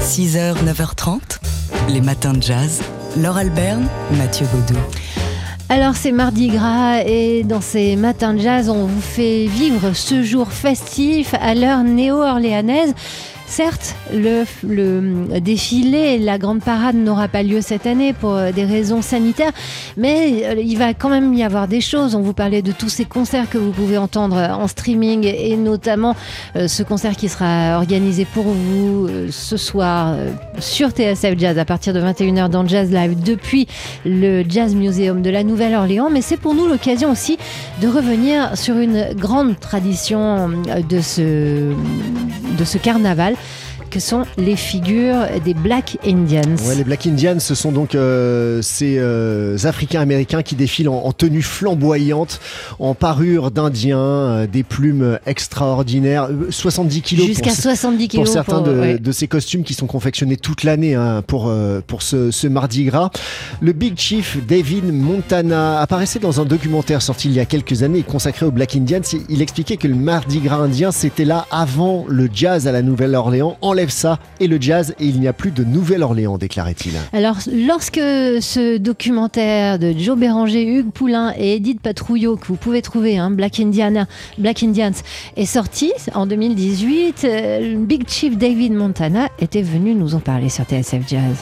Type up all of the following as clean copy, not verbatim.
6h, 9h30, les matins de jazz. Laure Alberne, Mathieu Baudou. Alors c'est Mardi Gras et dans ces matins de jazz, on vous fait vivre ce jour festif à l'heure néo-orléanaise. Certes, le défilé, la grande parade n'aura pas lieu cette année pour des raisons sanitaires, mais il va quand même y avoir des choses. On vous parlait de tous ces concerts que vous pouvez entendre en streaming et notamment ce concert qui sera organisé pour vous ce soir sur TSF Jazz à partir de 21h dans Jazz Live depuis le Jazz Museum de la Nouvelle-Orléans. Mais c'est pour nous l'occasion aussi de revenir sur une grande tradition de ce carnaval, que sont les figures des Black Indians. Ouais, les Black Indians, ce sont donc ces Africains-Américains qui défilent en tenue flamboyante, en parure d'Indiens, des plumes extraordinaires, 70 kilos jusqu'à 70 kilos pour certains de ces costumes qui sont confectionnés toute l'année pour ce Mardi Gras. Le Big Chief David Montana apparaissait dans un documentaire sorti il y a quelques années consacré aux Black Indians. Il expliquait que le Mardi Gras indien, c'était là avant le jazz à la Nouvelle-Orléans. Enlève ça et le jazz et il n'y a plus de Nouvelle-Orléans, déclarait-il. Alors, lorsque ce documentaire de Joe Béranger, Hugues Poulain et Edith Patrouillot, que vous pouvez trouver, Black Indians, est sorti en 2018, Big Chief David Montana était venu nous en parler sur TSF Jazz.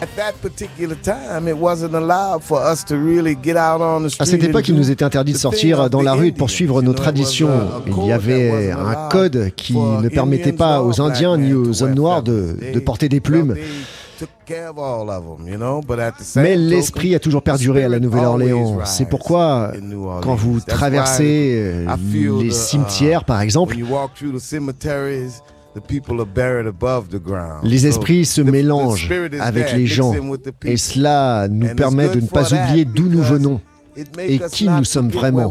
À cette époque, il nous était interdit de sortir dans la rue et de poursuivre nos traditions. Il y avait un code qui ne permettait pas aux Indiens ni aux hommes noirs de porter des plumes. Mais l'esprit a toujours perduré à la Nouvelle-Orléans. C'est pourquoi, quand vous traversez les cimetières, par exemple, les esprits se mélangent avec les gens. Et cela nous permet de ne pas oublier d'où nous venons et qui nous sommes vraiment.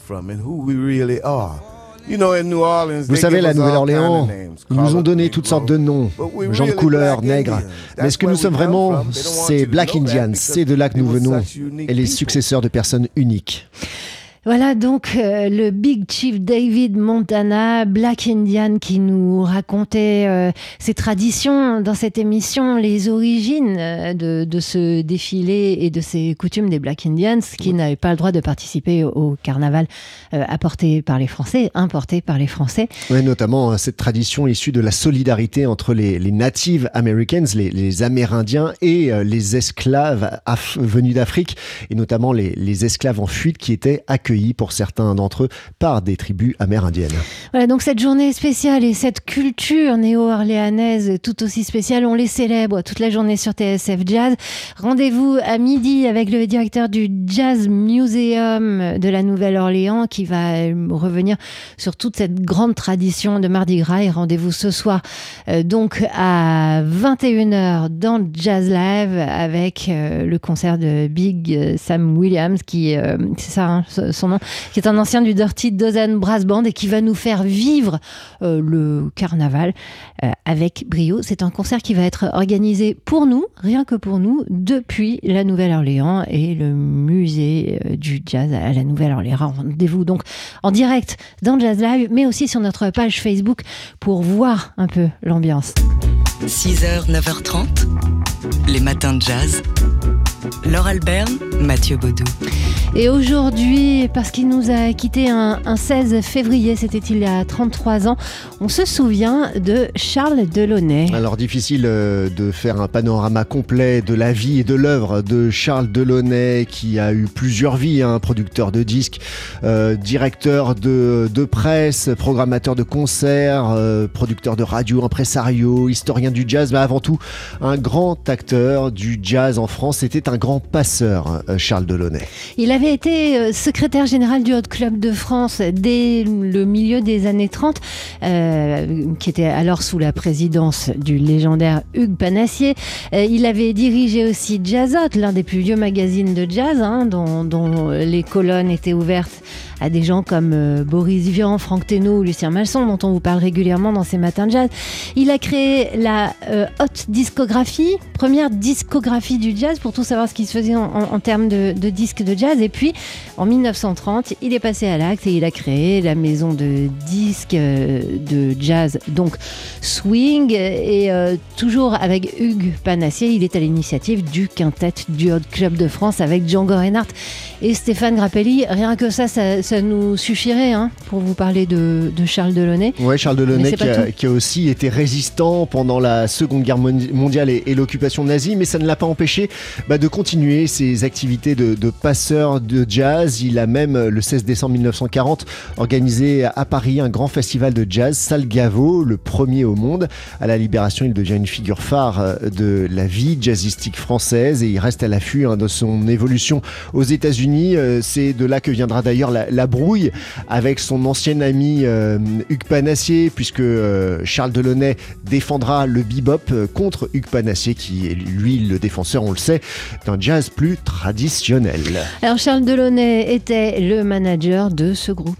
Vous savez, la Nouvelle-Orléans, ils nous ont donné toutes sortes de noms, gens de couleur, nègres. Mais ce que nous sommes vraiment, c'est Black Indians. C'est de là que nous venons, et les successeurs de personnes uniques. Voilà donc le Big Chief David Montana, Black Indian, qui nous racontait ses traditions dans cette émission, les origines de ce défilé et de ces coutumes des Black Indians qui n'avaient pas le droit de participer au carnaval importé par les Français. Oui, notamment cette tradition issue de la solidarité entre les Native Americans, les Amérindiens et les esclaves venus d'Afrique, et notamment les esclaves en fuite qui étaient accueillis pour certains d'entre eux par des tribus amérindiennes. Voilà, donc cette journée spéciale et cette culture néo-orléanaise tout aussi spéciale, on les célèbre toute la journée sur TSF Jazz. Rendez-vous à midi avec le directeur du Jazz Museum de la Nouvelle-Orléans qui va revenir sur toute cette grande tradition de Mardi Gras. Et rendez-vous ce soir donc à 21h dans Jazz Live avec le concert de Big Sam Williams qui, c'est ça son nom, qui est un ancien du Dirty Dozen Brass Band et qui va nous faire vivre le carnaval avec brio. C'est un concert qui va être organisé pour nous, rien que pour nous, depuis la Nouvelle-Orléans et le musée du jazz à la Nouvelle-Orléans. Rendez-vous donc en direct dans Jazz Live, mais aussi sur notre page Facebook pour voir un peu l'ambiance. 6h, 9h30, les matins de jazz. Laure Alberne, Mathieu Baudou. Et aujourd'hui, parce qu'il nous a quittés un 16 février, c'était il y a 33 ans, on se souvient de Charles Delaunay. Alors difficile de faire un panorama complet de la vie et de l'œuvre de Charles Delaunay qui a eu plusieurs vies, producteur de disques, directeur de presse, programmateur de concerts, producteur de radio, impresario, historien du jazz, mais avant tout un grand acteur du jazz en France. C'était un grand passeur, Charles Delaunay. Il avait été secrétaire général du Hot Club de France dès le milieu des années 30, qui était alors sous la présidence du légendaire Hugues Panassier. Il avait dirigé aussi Jazzot, l'un des plus vieux magazines de jazz, dont les colonnes étaient ouvertes à des gens comme Boris Vian, Franck Thénault ou Lucien Malson, dont on vous parle régulièrement dans ces matins de jazz. Il a créé la Hot Discographie, première discographie du jazz, pour tout savoir ce qui se faisait en termes de disques de jazz. Et puis, en 1930, il est passé à l'acte et il a créé la maison de disques de jazz, donc swing. Et toujours avec Hugues Panassier, il est à l'initiative du quintet du Hot Club de France avec Django Reinhardt et Stéphane Grappelli. Rien que ça nous suffirait pour vous parler de Charles Delaunay. Oui, Charles Delaunay qui a aussi été résistant pendant la Seconde Guerre mondiale et l'occupation nazie, mais ça ne l'a pas empêché de continuer ses activités de passeur de jazz. Il a même, le 16 décembre 1940, organisé à Paris un grand festival de jazz, Salle Gaveau, le premier au monde. À la Libération, il devient une figure phare de la vie jazzistique française et il reste à l'affût de son évolution aux États-Unis. C'est de là que viendra d'ailleurs la brouille avec son ancien ami Hugues Panassier, puisque Charles Delaunay défendra le bebop contre Hugues Panassier, qui est lui le défenseur, on le sait, d'un jazz plus traditionnel. Alors Charles Delaunay était le manager de ce groupe.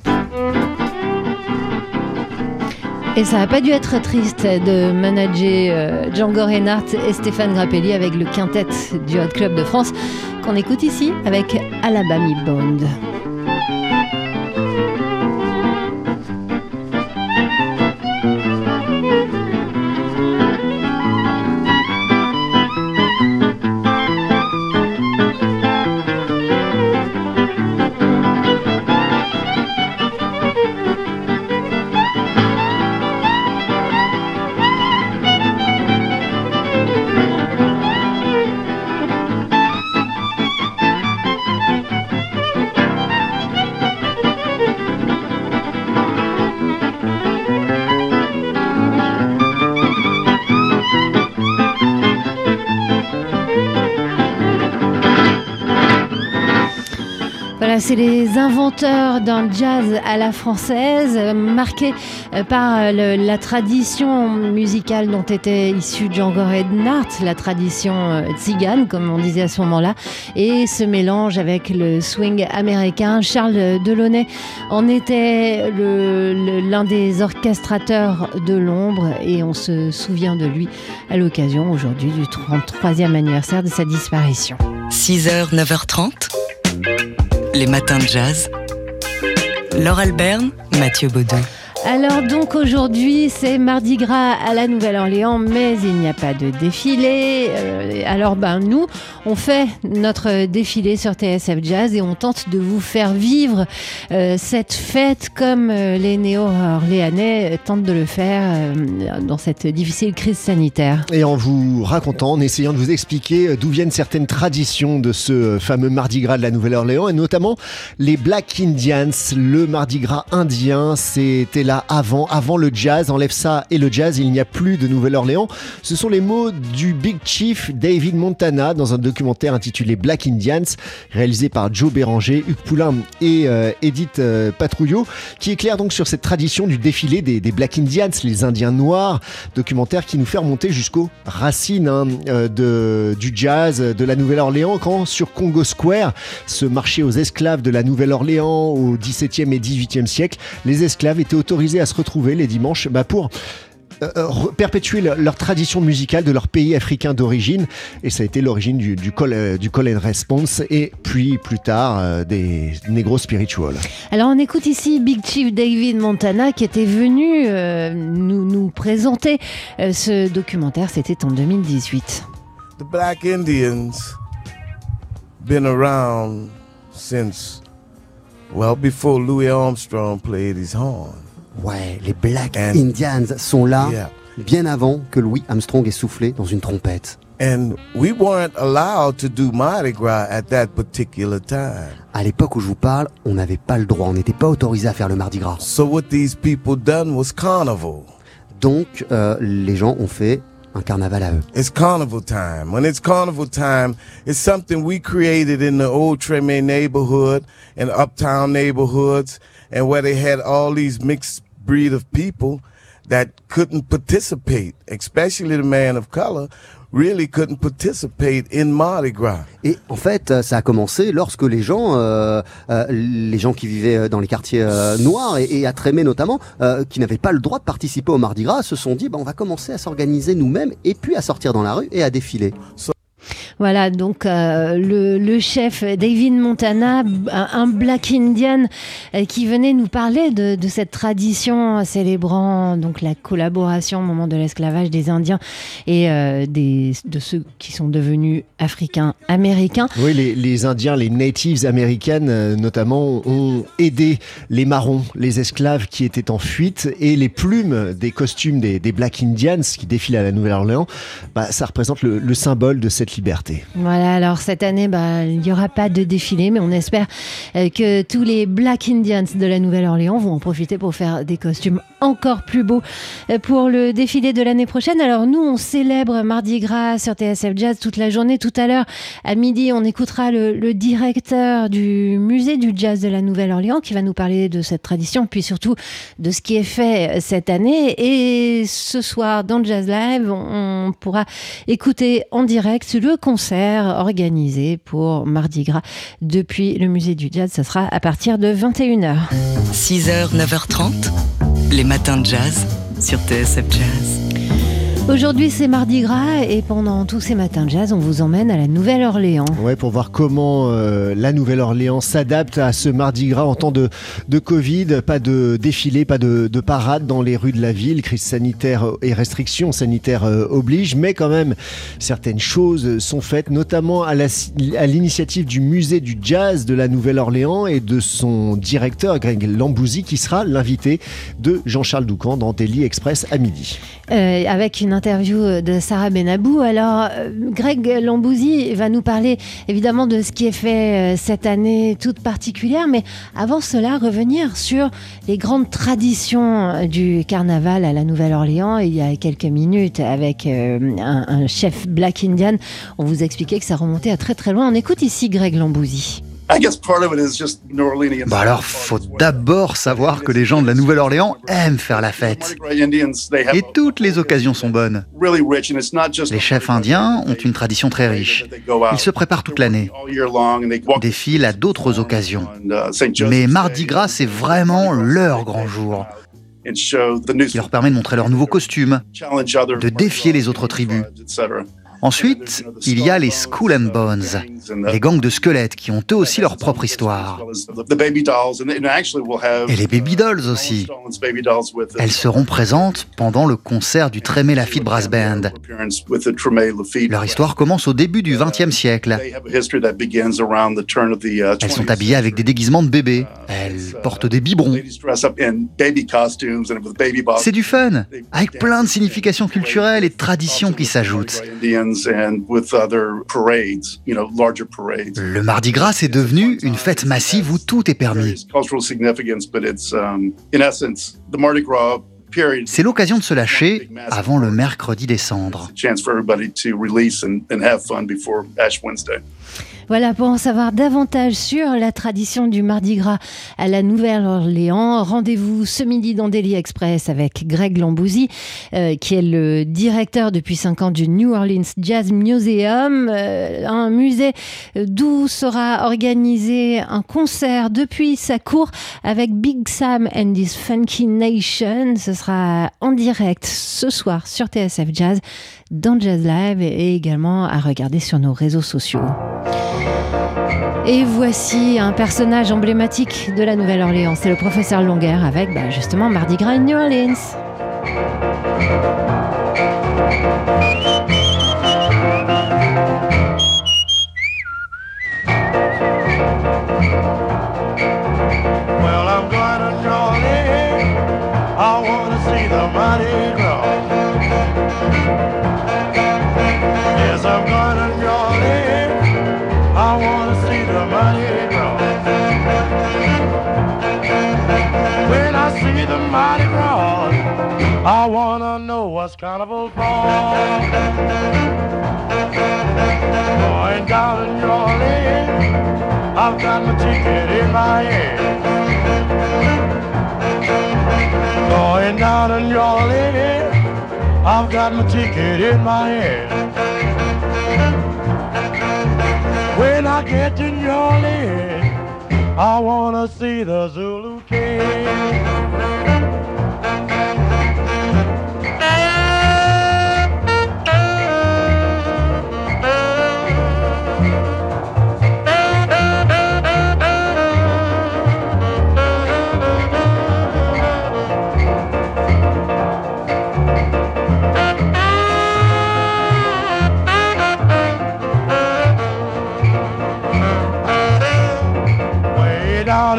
Et ça n'a pas dû être triste de manager Django Reinhardt et Stéphane Grappelli avec le quintet du Hot Club de France qu'on écoute ici avec Alabama Bond. Voilà, c'est les inventeurs d'un jazz à la française, marqué par la tradition musicale dont était issu Django Reinhardt, la tradition tzigane, comme on disait à ce moment-là, et ce mélange avec le swing américain. Charles Delaunay en était l'un des orchestrateurs de l'ombre, et on se souvient de lui à l'occasion aujourd'hui du 33e anniversaire de sa disparition. 6h, 9h30. Les matins de jazz. Laure Alberne, Mathieu Baudou. Alors donc aujourd'hui c'est Mardi Gras à la Nouvelle-Orléans, mais il n'y a pas de défilé. Alors nous on fait notre défilé sur TSF Jazz et on tente de vous faire vivre cette fête comme les Néo-Orléanais tentent de le faire dans cette difficile crise sanitaire. Et en vous racontant, en essayant de vous expliquer d'où viennent certaines traditions de ce fameux Mardi Gras de la Nouvelle-Orléans, et notamment les Black Indians, le Mardi Gras indien. C'était là avant le jazz. Enlève ça et le jazz, il n'y a plus de Nouvelle-Orléans. Ce sont les mots du Big Chief David Montana dans un documentaire intitulé Black Indians, réalisé par Joe Béranger, Hugues Poulain et Edith Patrouillot, qui éclaire donc sur cette tradition du défilé des Black Indians, les Indiens noirs. Documentaire qui nous fait remonter jusqu'aux racines du jazz de la Nouvelle-Orléans, quand sur Congo Square, ce marché aux esclaves de la Nouvelle-Orléans au XVIIe et XVIIIe siècle, les esclaves étaient autorisés à se retrouver les dimanches pour perpétuer leur tradition musicale de leur pays africain d'origine. Et ça a été l'origine du call and response, et puis plus tard des Negro Spirituals. Alors on écoute ici Big Chief David Montana qui était venu nous présenter ce documentaire. C'était en 2018. The Black Indians been around since before Louis Armstrong played his horn. Ouais, les Black Indians sont là bien avant que Louis Armstrong ait soufflé dans une trompette. And we weren't allowed to do Mardi Gras at that particular time. À l'époque où je vous parle, on n'avait pas le droit, on n'était pas autorisé à faire le Mardi Gras. So what these people done was carnival. Donc les gens ont fait un carnaval à eux. It's carnival time. When it's carnival time, it's something we created in the old Treme neighborhood and uptown neighborhoods, and where they had all these mixed breed of people that couldn't participate, especially the man of color, really couldn't participate in Mardi Gras. Et en fait, ça a commencé lorsque les gens qui vivaient dans les quartiers noirs et à Treme notamment, qui n'avaient pas le droit de participer au Mardi Gras, se sont dit on va commencer à s'organiser nous-mêmes et puis à sortir dans la rue et à défiler. Voilà, donc le chef David Montana, un Black Indian qui venait nous parler de cette tradition célébrant donc la collaboration au moment de l'esclavage des Indiens et de ceux qui sont devenus africains-américains. Oui, les Indiens, les natives américaines notamment, ont aidé les marrons, les esclaves qui étaient en fuite, et les plumes des costumes des Black Indians qui défilent à la Nouvelle-Orléans, ça représente le symbole de cette liberté. Voilà, alors cette année, il n'y aura pas de défilé, mais on espère que tous les Black Indians de la Nouvelle-Orléans vont en profiter pour faire des costumes encore plus beaux pour le défilé de l'année prochaine. Alors nous, on célèbre Mardi Gras sur TSF Jazz toute la journée. Tout à l'heure, à midi, on écoutera le directeur du musée du jazz de la Nouvelle-Orléans qui va nous parler de cette tradition, puis surtout de ce qui est fait cette année. Et ce soir, dans Jazz Live, on pourra écouter en direct le concert organisé pour Mardi Gras depuis le musée du jazz. Ça sera à partir de 21h. 6h, 9h30, les matins de jazz sur TSF Jazz. Aujourd'hui, c'est Mardi Gras et pendant tous ces matins de jazz, on vous emmène à la Nouvelle-Orléans. Ouais, pour voir comment la Nouvelle-Orléans s'adapte à ce Mardi Gras en temps de Covid. Pas de défilé, pas de parade dans les rues de la ville. Crise sanitaire et restrictions sanitaires obligent, mais quand même, certaines choses sont faites, notamment à l'initiative du musée du jazz de la Nouvelle-Orléans et de son directeur, Greg Lambouzy, qui sera l'invité de Jean-Charles Doucan dans Daily Express à midi. Avec une interview de Sarah Benabou. Alors, Greg Lambouzy va nous parler évidemment de ce qui est fait cette année toute particulière, mais avant cela, revenir sur les grandes traditions du carnaval à la Nouvelle-Orléans. Il y a quelques minutes, avec un chef Black Indian, on vous expliquait que ça remontait à très très loin. On écoute ici Greg Lambouzy. Alors, faut d'abord savoir que les gens de la Nouvelle-Orléans aiment faire la fête. Et toutes les occasions sont bonnes. Les chefs indiens ont une tradition très riche. Ils se préparent toute l'année, défilent à d'autres occasions. Mais Mardi Gras, c'est vraiment leur grand jour, qui leur permet de montrer leurs nouveaux costumes, de défier les autres tribus. Ensuite, il y a les Skull and Bones, les gangs de squelettes qui ont eux aussi leur propre histoire. Et les Baby Dolls aussi. Elles seront présentes pendant le concert du Treme Lafitte Brass Band. Leur histoire commence au début du XXe siècle. Elles sont habillées avec des déguisements de bébés. Elles portent des biberons. C'est du fun, avec plein de significations culturelles et de traditions qui s'ajoutent. Le Mardi Gras est devenu une fête massive où tout est permis. C'est l'occasion de se lâcher avant le mercredi décembre. Voilà, pour en savoir davantage sur la tradition du Mardi Gras à la Nouvelle-Orléans, rendez-vous ce midi dans Daily Express avec Greg Lambouzy, qui est le directeur depuis 5 ans du New Orleans Jazz Museum, un musée d'où sera organisé un concert depuis sa cour avec Big Sam and his Funky Nation. Ce sera en direct ce soir sur TSF Jazz, dans Jazz Live et également à regarder sur nos réseaux sociaux. Et voici un personnage emblématique de la Nouvelle-Orléans, c'est le professeur Longer avec justement Mardi Gras in New Orleans. Well, I'm going to New Orleans. I want to see the Mardi Gras. Yes, I'm going to New Orleans. I want to see the Mardi Gras. When I see the Mardi Gras, I want to know what's carnival for. Going down to New Orleans, I've got my ticket in my hand. Going down to New Orleans, I've got my ticket in my hand. When I get to New Orleans, I wanna see the Zulu King.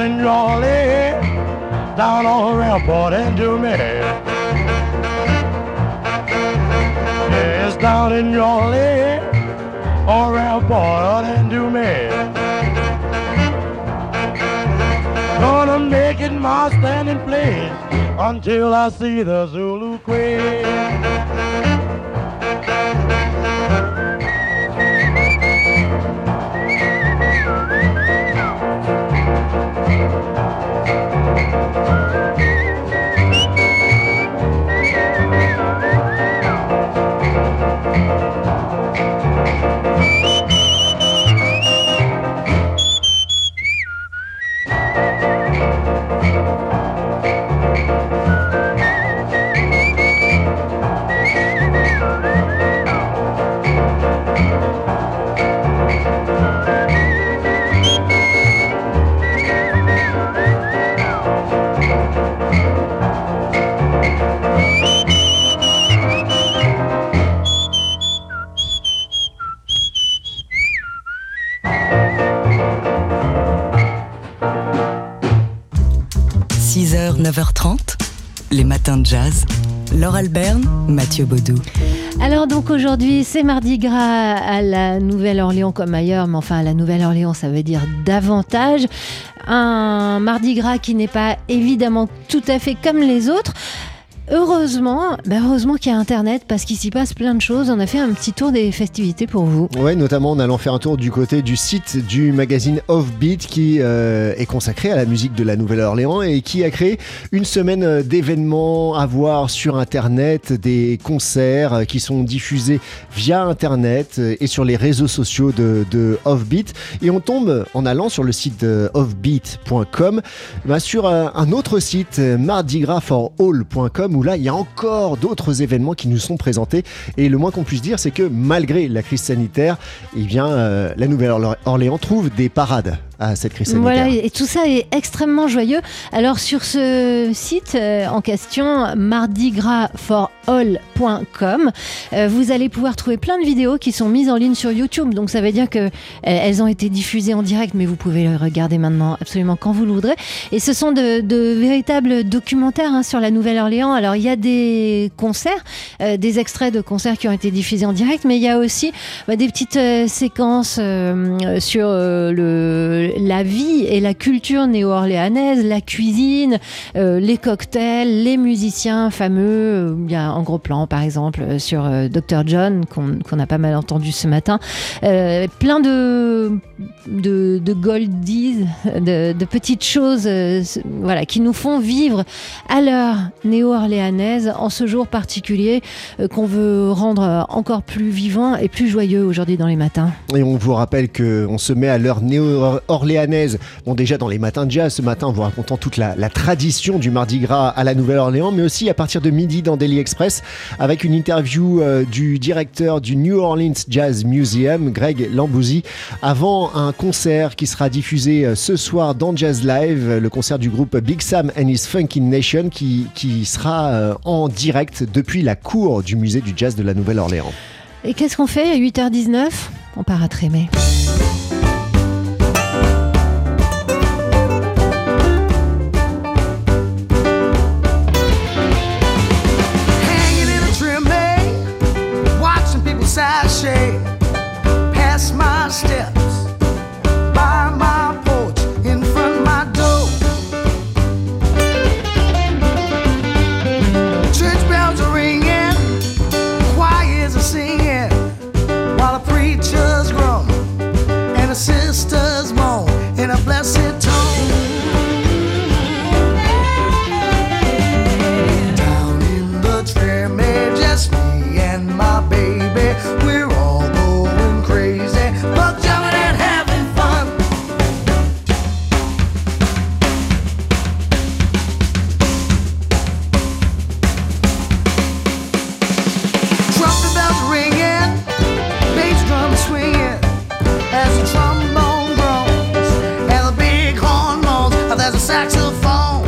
in New Orleans, down on Rampart and Dumas. Yeah, it's down in New Orleans, on Rampart and Dumas. Gonna make it my standing place until I see the Zulu Queen. 9h30, les matins de jazz. Laure Alberne, Mathieu Baudou. Alors donc aujourd'hui c'est Mardi Gras à la Nouvelle-Orléans comme ailleurs, mais enfin à la Nouvelle-Orléans ça veut dire davantage. Un Mardi Gras qui n'est pas évidemment tout à fait comme les autres. Heureusement qu'il y a Internet parce qu'il s'y passe plein de choses. On a fait un petit tour des festivités pour vous. Ouais, notamment en allant faire un tour du côté du site du magazine Offbeat qui est consacré à la musique de la Nouvelle-Orléans et qui a créé une semaine d'événements à voir sur Internet, des concerts qui sont diffusés via Internet et sur les réseaux sociaux de Offbeat. Et on tombe en allant sur le site offbeat.com sur un autre site, mardigras4all.com, où là il y a encore d'autres événements qui nous sont présentés et le moins qu'on puisse dire c'est que malgré la crise sanitaire, la Nouvelle-Orléans trouve des parades à cette crise sanitaire. Voilà, et tout ça est extrêmement joyeux. Alors sur ce site en question, mardigras4all.com, vous allez pouvoir trouver plein de vidéos qui sont mises en ligne sur YouTube. Donc ça veut dire que elles ont été diffusées en direct, mais vous pouvez les regarder maintenant absolument quand vous le voudrez. Et ce sont de véritables documentaires sur la Nouvelle-Orléans. Alors il y a des concerts, des extraits de concerts qui ont été diffusés en direct, mais il y a aussi des petites séquences sur la vie et la culture néo-orléanaise, la cuisine, les cocktails, les musiciens fameux. Il y a un gros plan par exemple sur Dr John qu'on a pas mal entendu ce matin. Plein de goldies, de petites choses qui nous font vivre à l'heure néo-orléanaise en ce jour particulier qu'on veut rendre encore plus vivant et plus joyeux aujourd'hui dans les matins. Et on vous rappelle qu'on se met à l'heure néo-orléanaise. Bon, déjà dans les matins de jazz ce matin en vous racontant toute la tradition du Mardi Gras à la Nouvelle-Orléans, mais aussi à partir de midi dans Daily Express avec une interview du directeur du New Orleans Jazz Museum, Greg Lambouzy, avant un concert qui sera diffusé ce soir dans Jazz Live, le concert du groupe Big Sam and His Funkin' Nation qui sera en direct depuis la cour du musée du jazz de la Nouvelle-Orléans. Et qu'est-ce qu'on fait à 8h19 ? On part à Trémé. Sashay past my steps, by my porch, in front of my door. Church bells are ringing, choirs are singing, while the preachers groan and the sisters moan in a blessed tone. Down in the tram, just me and my baby. We're all going crazy, buck jumping and having fun. Trumpet bells ringing, bass drum swinging, as the trombone groans and the big horn moans. There's a saxophone.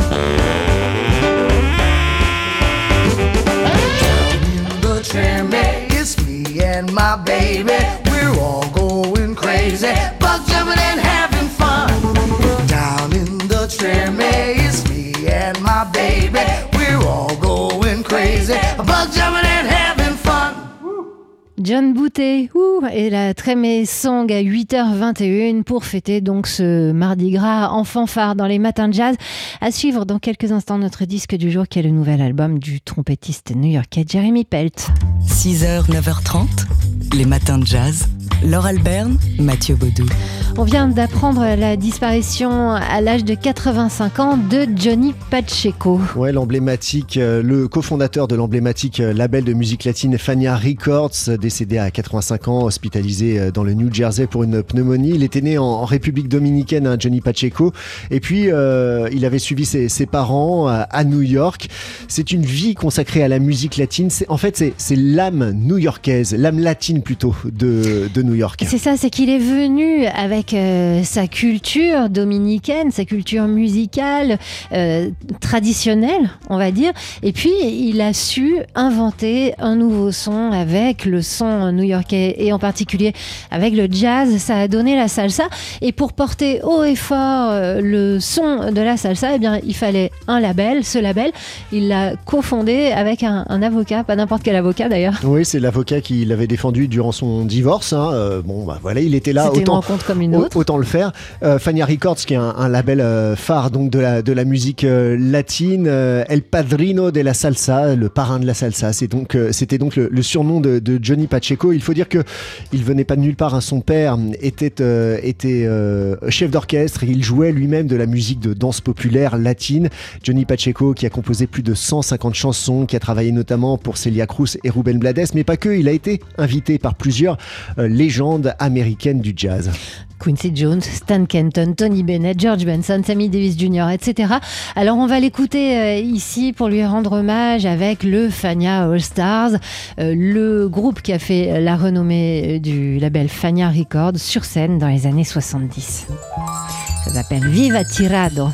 Down in the tram, and my baby, we're all going crazy, buck jumping and having fun. Down in the all jumping and having fun. John Boutet et la Treme Song à 8h21 pour fêter donc ce Mardi Gras en fanfare dans les matins de jazz. À suivre dans quelques instants notre disque du jour qui est le nouvel album du trompettiste new-yorkais Jeremy Pelt. 6h, 9h30, les matins de jazz. Laure Alberne, Mathieu Baudou. On vient d'apprendre la disparition à l'âge de 85 ans de Johnny Pacheco. Ouais, l'emblématique, le cofondateur de l'emblématique label de musique latine Fania Records, décédé à 85 ans, hospitalisé dans le New Jersey pour une pneumonie. Il était né en République dominicaine, hein, Johnny Pacheco, et puis il avait suivi ses parents à New York. C'est une vie consacrée à la musique latine. C'est l'âme new-yorkaise, l'âme latine plutôt de New York. C'est ça, c'est qu'il est venu avec sa culture dominicaine, sa culture musicale traditionnelle, on va dire, et puis il a su inventer un nouveau son avec le son new-yorkais et en particulier avec le jazz. Ça a donné la salsa, et pour porter haut et fort le son de la salsa, eh bien, il fallait un label. Ce label, il l'a cofondé avec un avocat, pas n'importe quel avocat d'ailleurs. Oui, c'est l'avocat qui l'avait défendu durant son divorce, hein. Voilà, il était là. C'était une rencontre comme une autre. Autant le faire. Fania Records, qui est un label phare donc de la musique latine, El Padrino de la Salsa, le parrain de la salsa. C'était donc le surnom de Johnny Pacheco. Il faut dire que il venait pas de nulle part, hein. Son père était chef d'orchestre et il jouait lui-même de la musique de danse populaire latine. Johnny Pacheco, qui a composé plus de 150 chansons, qui a travaillé notamment pour Celia Cruz et Rubén Blades, mais pas que. Il a été invité par plusieurs légendes américaines du jazz. Quincy Jones, Stan Kenton, Tony Bennett, George Benson, Sammy Davis Jr., etc. Alors on va l'écouter ici pour lui rendre hommage avec le Fania All Stars, le groupe qui a fait la renommée du label Fania Records sur scène dans les années 70. Ça s'appelle Viva Tirado.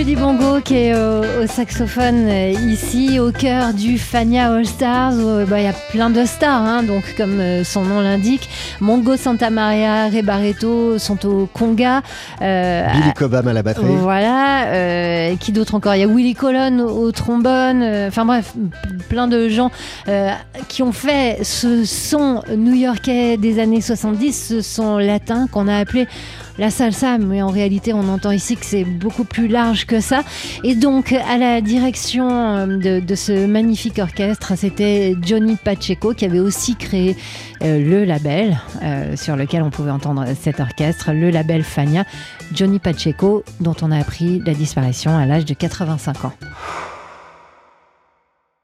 Mathieu Dibongo qui est au saxophone ici, au cœur du Fania All Stars. Il y a plein de stars, hein, donc comme son nom l'indique. Mongo Santamaria, Ray Barretto sont au conga. Billy Cobham à la batterie. Voilà. Qui d'autre encore ? Il y a Willie Colon au trombone. Enfin bref, plein de gens qui ont fait ce son new-yorkais des années 70, ce son latin qu'on a appelé la salsa, mais en réalité on entend ici que c'est beaucoup plus large que ça. Et donc à la direction de ce magnifique orchestre, c'était Johnny Pacheco qui avait aussi créé le label sur lequel on pouvait entendre cet orchestre, le label Fania. Johnny Pacheco, dont on a appris la disparition à l'âge de 85 ans.